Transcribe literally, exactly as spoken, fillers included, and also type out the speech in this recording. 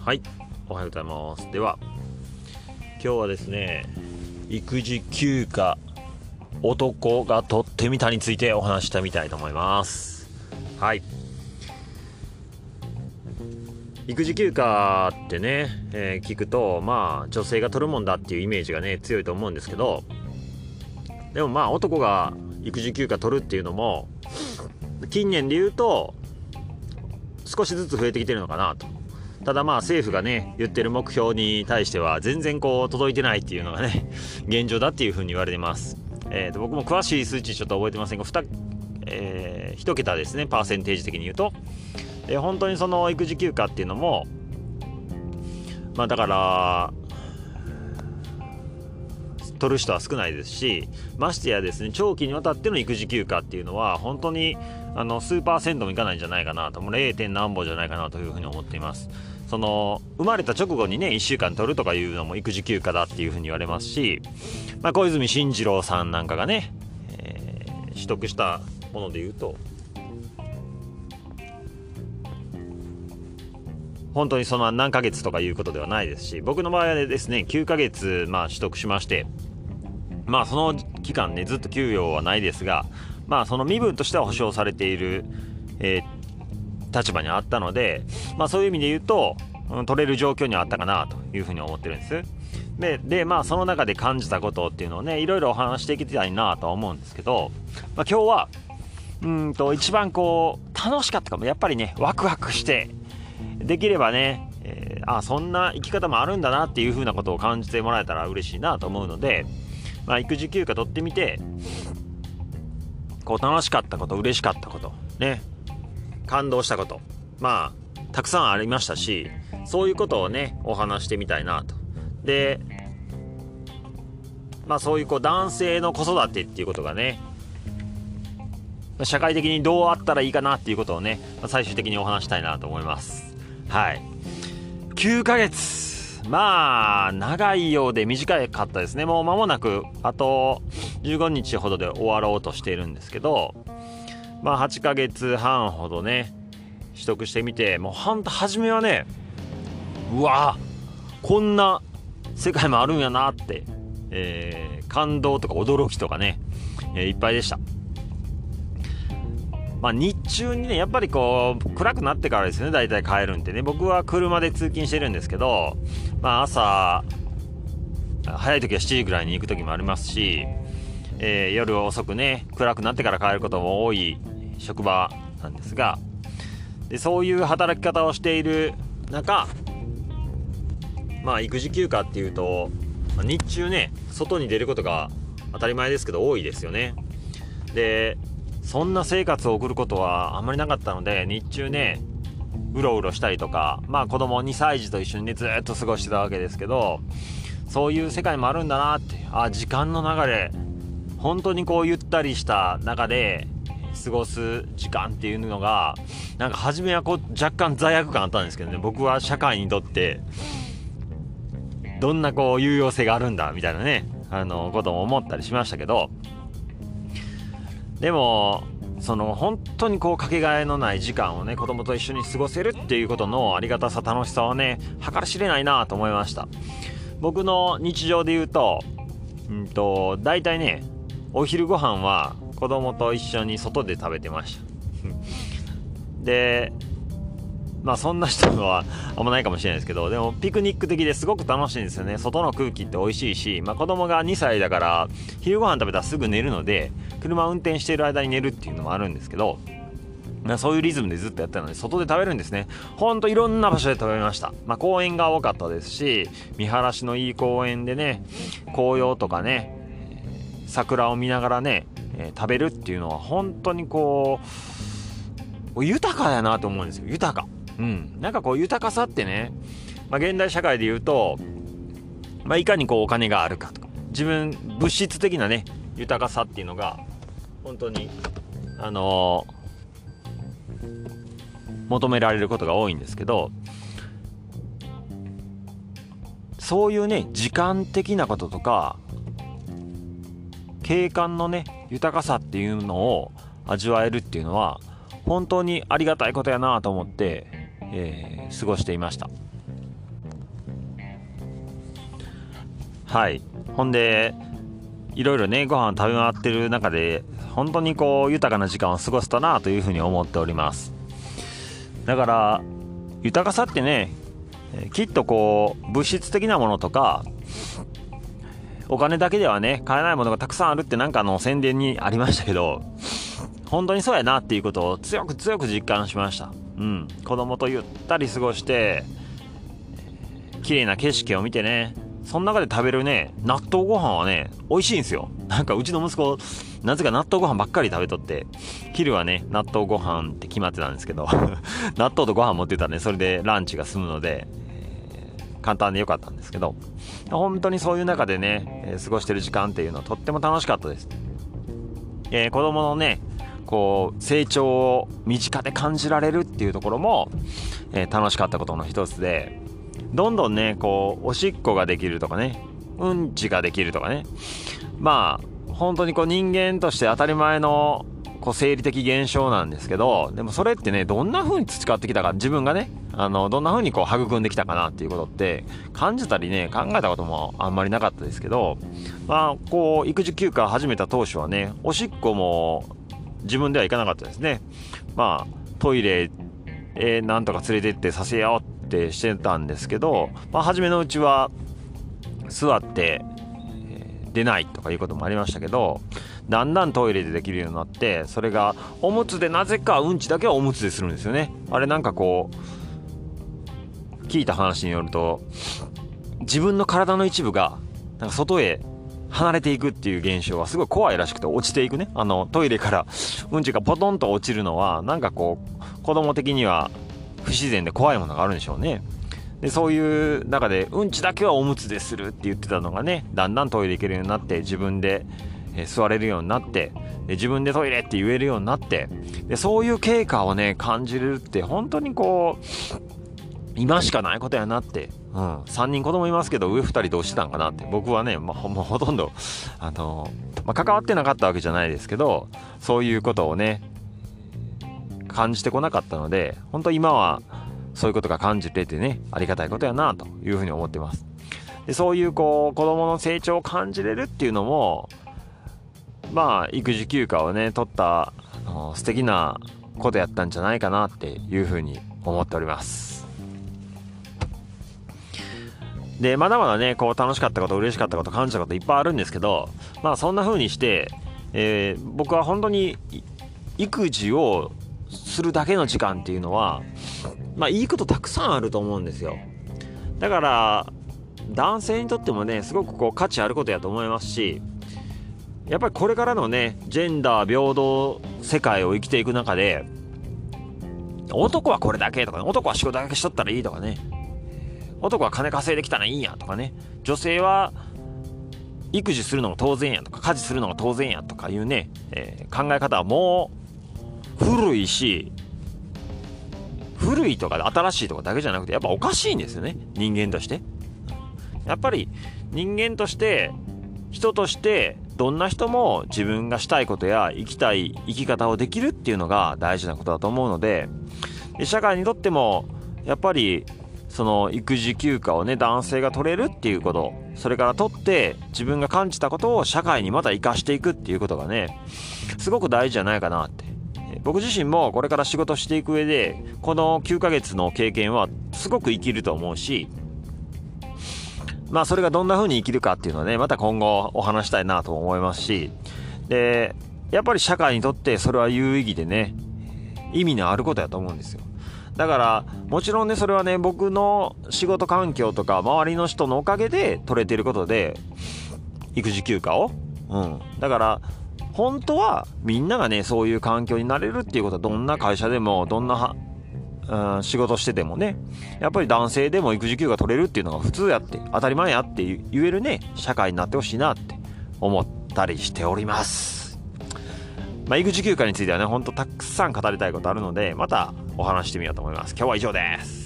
はい、おはようございます。では今日はですね、育児休暇男が取ってみたについてお話してみたいと思います。はい、育児休暇ってね、えー聞くとまあ女性が取るもんだっていうイメージがね強いと思うんですけど、でもまあ男が育児休暇取るっていうのも近年で言うと少しずつ増えてきてるのかなと。ただまあ政府がね言ってる目標に対しては全然こう届いてないっていうのがね現状だっていうふうに言われてます。えーと僕も詳しい数値ちょっと覚えてませんがに、えー、いち桁ですね、パーセンテージ的に言うと。で本当にその育児休暇っていうのもまあだから取る人は少ないですし、ましてやですね長期にわたっての育児休暇っていうのは本当にあの数パーセントもいかないんじゃないかなと、もう ゼロ. 何本じゃないかなというふうに思っています。その生まれた直後にねいっしゅうかん取るとかいうのも育児休暇だっていうふうに言われますし、まあ、小泉進次郎さんなんかがね、えー、取得したものでいうと本当にその何ヶ月とかいうことではないですし、僕の場合はですねきゅうかげつまあ取得しまして、まあその期間ねずっと給与はないですが、まあその身分としては保障されている、えー、立場にあったので、まあそういう意味で言うと、うん、取れる状況にあったかなというふうに思ってるんです。で、でまあその中で感じたことっていうのをねいろいろお話していきたいなとは思うんですけど、まあ、今日はうんと一番こう楽しかったかも、やっぱりねワクワクしてできればね、えー、あそんな生き方もあるんだなっていう風なことを感じてもらえたら嬉しいなと思うので、まあ、育児休暇取ってみてこう楽しかったこと、嬉しかったことね、感動したこと、まあたくさんありましたし、そういうことをねお話してみたいなと。でまあそういうこう男性の子育てっていうことがね社会的にどうあったらいいかなっていうことをね最終的にお話したいなと思います。はい、きゅうかげつ、まあ長いようで短かったですね。もう間もなくあとじゅうごにちほどで終わろうとしているんですけど、まあはちかげつはんほどね取得してみて、もうほんと初めはねうわこんな世界もあるんやなって、えー、感動とか驚きとかね、えー、いっぱいでした。まあ、日中にねやっぱりこう暗くなってからですねだいたい帰るんってね。僕は車で通勤してるんですけど、まあ朝早い時はしちじぐらいに行く時もありますし、えー、夜遅くね暗くなってから帰ることも多い職場なんですが、でそういう働き方をしている中、まあ育児休暇っていうと、まあ、日中ね外に出ることが当たり前ですけど多いですよね。でそんな生活を送ることはあんまりなかったので、日中ねうろうろしたりとか、まあ子供にさい児と一緒にねずっと過ごしてたわけですけど、そういう世界もあるんだなって、あ時間の流れ本当にこうゆったりした中で過ごす時間っていうのがなんか初めはこう若干罪悪感あったんですけどね、僕は社会にとってどんなこう有用性があるんだみたいなねあのことも思ったりしましたけど、でもその本当にこうかけがえのない時間をね子供と一緒に過ごせるっていうことのありがたさ、楽しさはね計り知れないなと思いました。僕の日常で言うとうんとだいたいねお昼ご飯は子供と一緒に外で食べてましたでまあそんな人はあんまないかもしれないですけど、でもピクニック的ですごく楽しいんですよね。外の空気って美味しいし、まあ子供がにさいだから昼ご飯食べたらすぐ寝るので車運転している間に寝るっていうのもあるんですけど、まあ、そういうリズムでずっとやってたので外で食べるんですね。ほんといろんな場所で食べました。まあ公園が多かったですし、見晴らしのいい公園でね紅葉とかね桜を見ながらね、えー、食べるっていうのは本当にこう豊かやなと思うんですよ。豊か、うん、なんかこう豊かさってね、まあ、現代社会で言うと、まあ、いかにこうお金があるかとか自分物質的なね豊かさっていうのが本当にあのー、求められることが多いんですけど、そういうね時間的なこととか景観のね豊かさっていうのを味わえるっていうのは本当にありがたいことやなと思って、えー、過ごしていました。 はい。ほんでいろいろねご飯食べ回ってる中で本当にこう豊かな時間を過ごせたなというふうに思っております。だから豊かさってね、きっとこう物質的なものとかお金だけではね買えないものがたくさんあるってなんかの宣伝にありましたけど、本当にそうやなっていうことを強く強く実感しました。うん、子供とゆったり過ごして綺麗な景色を見てね、その中で食べるね納豆ご飯はね美味しいんですよ。なんかうちの息子なぜか納豆ご飯ばっかり食べとって、昼はね納豆ご飯って決まってたんですけど納豆とご飯持ってたらねそれでランチが済むので、えー、簡単でよかったんですけど、本当にそういう中でね、えー、過ごしてる時間っていうのはとっても楽しかったです。えー、子供のねこう成長を身近で感じられるっていうところも、えー、楽しかったことの一つで、どんどんねこうおしっこができるとかねうんちができるとかね、まあ本当にこう人間として当たり前のこう生理的現象なんですけど、でもそれってねどんな風に培ってきたか、自分がねあのどんな風にこう育んできたかなっていうことって感じたりね考えたこともあんまりなかったですけど、まあこう育児休暇始めた当初はねおしっこも自分では行かなかったですね。まあトイレ、えー、なんとか連れてってさせようってしてたんですけど、まあ初めのうちは座って、えー、出ないとかいうこともありましたけど、だんだんトイレでできるようになって、それがおむつでなぜかうんちだけはおむつでするんですよね。あれなんかこう聞いた話によると自分の体の一部がなんか外へ離れていくっていう現象はすごい怖いらしくて、落ちていくね、あのトイレからうんちがポトンと落ちるのはなんかこう子供的には不自然で怖いものがあるんでしょうね。でそういう中でうんちだけはおむつでするって言ってたのがね、だんだんトイレ行けるようになって自分で、えー、座れるようになって、で自分でトイレって言えるようになって、でそういう経過をね感じるって本当にこう今しかないことやなって、うん、さんにん子供いますけど上ふたりどうしてたんかなって、僕はね、まあ、もうほとんど、あのまあ、関わってなかったわけじゃないですけど、そういうことをね感じてこなかったので、本当今はそういうことが感じれてねありがたいことやなというふうに思ってます。でそういうこう子供の成長を感じれるっていうのも、まあ育児休暇をね取ったあの素敵なことやったんじゃないかなっていうふうに思っております。でまだまだねこう楽しかったこと嬉しかったこと感じたこといっぱいあるんですけど、まあそんな風にして、えー、僕は本当に育児をするだけの時間っていうのはまあいいことたくさんあると思うんですよ。だから男性にとってもねすごくこう価値あることやと思いますし、やっぱりこれからのねジェンダー平等世界を生きていく中で、男はこれだけとかね、男は仕事だけしとったらいいとかね、男は金稼いできたらいいんやとかね、女性は育児するのが当然やとか家事するのが当然やとかいうね、えー、考え方はもう古いし、古いとか新しいとかだけじゃなくてやっぱおかしいんですよね、人間として。やっぱり人間として人としてどんな人も自分がしたいことや生きたい生き方をできるっていうのが大事なことだと思うので、で社会にとってもやっぱりその育児休暇をね男性が取れるっていうこと、それから取って自分が感じたことを社会にまた生かしていくっていうことがねすごく大事じゃないかなって。僕自身もこれから仕事していく上でこのきゅうかげつの経験はすごく生きると思うし、まあそれがどんな風に生きるかっていうのはねまた今後お話したいなと思いますし、でやっぱり社会にとってそれは有意義でね意味のあることやと思うんですよ。だからもちろんねそれはね僕の仕事環境とか周りの人のおかげで取れていることで育児休暇を、うん、だから本当はみんながねそういう環境になれるっていうことはどんな会社でもどんな、うん、仕事しててもねやっぱり男性でも育児休暇取れるっていうのが普通やって当たり前やって言えるね社会になってほしいなって思ったりしております。まあ、育児休暇についてはねほんとたくさん語りたいことあるのでまたお話してみようと思います。今日は以上です。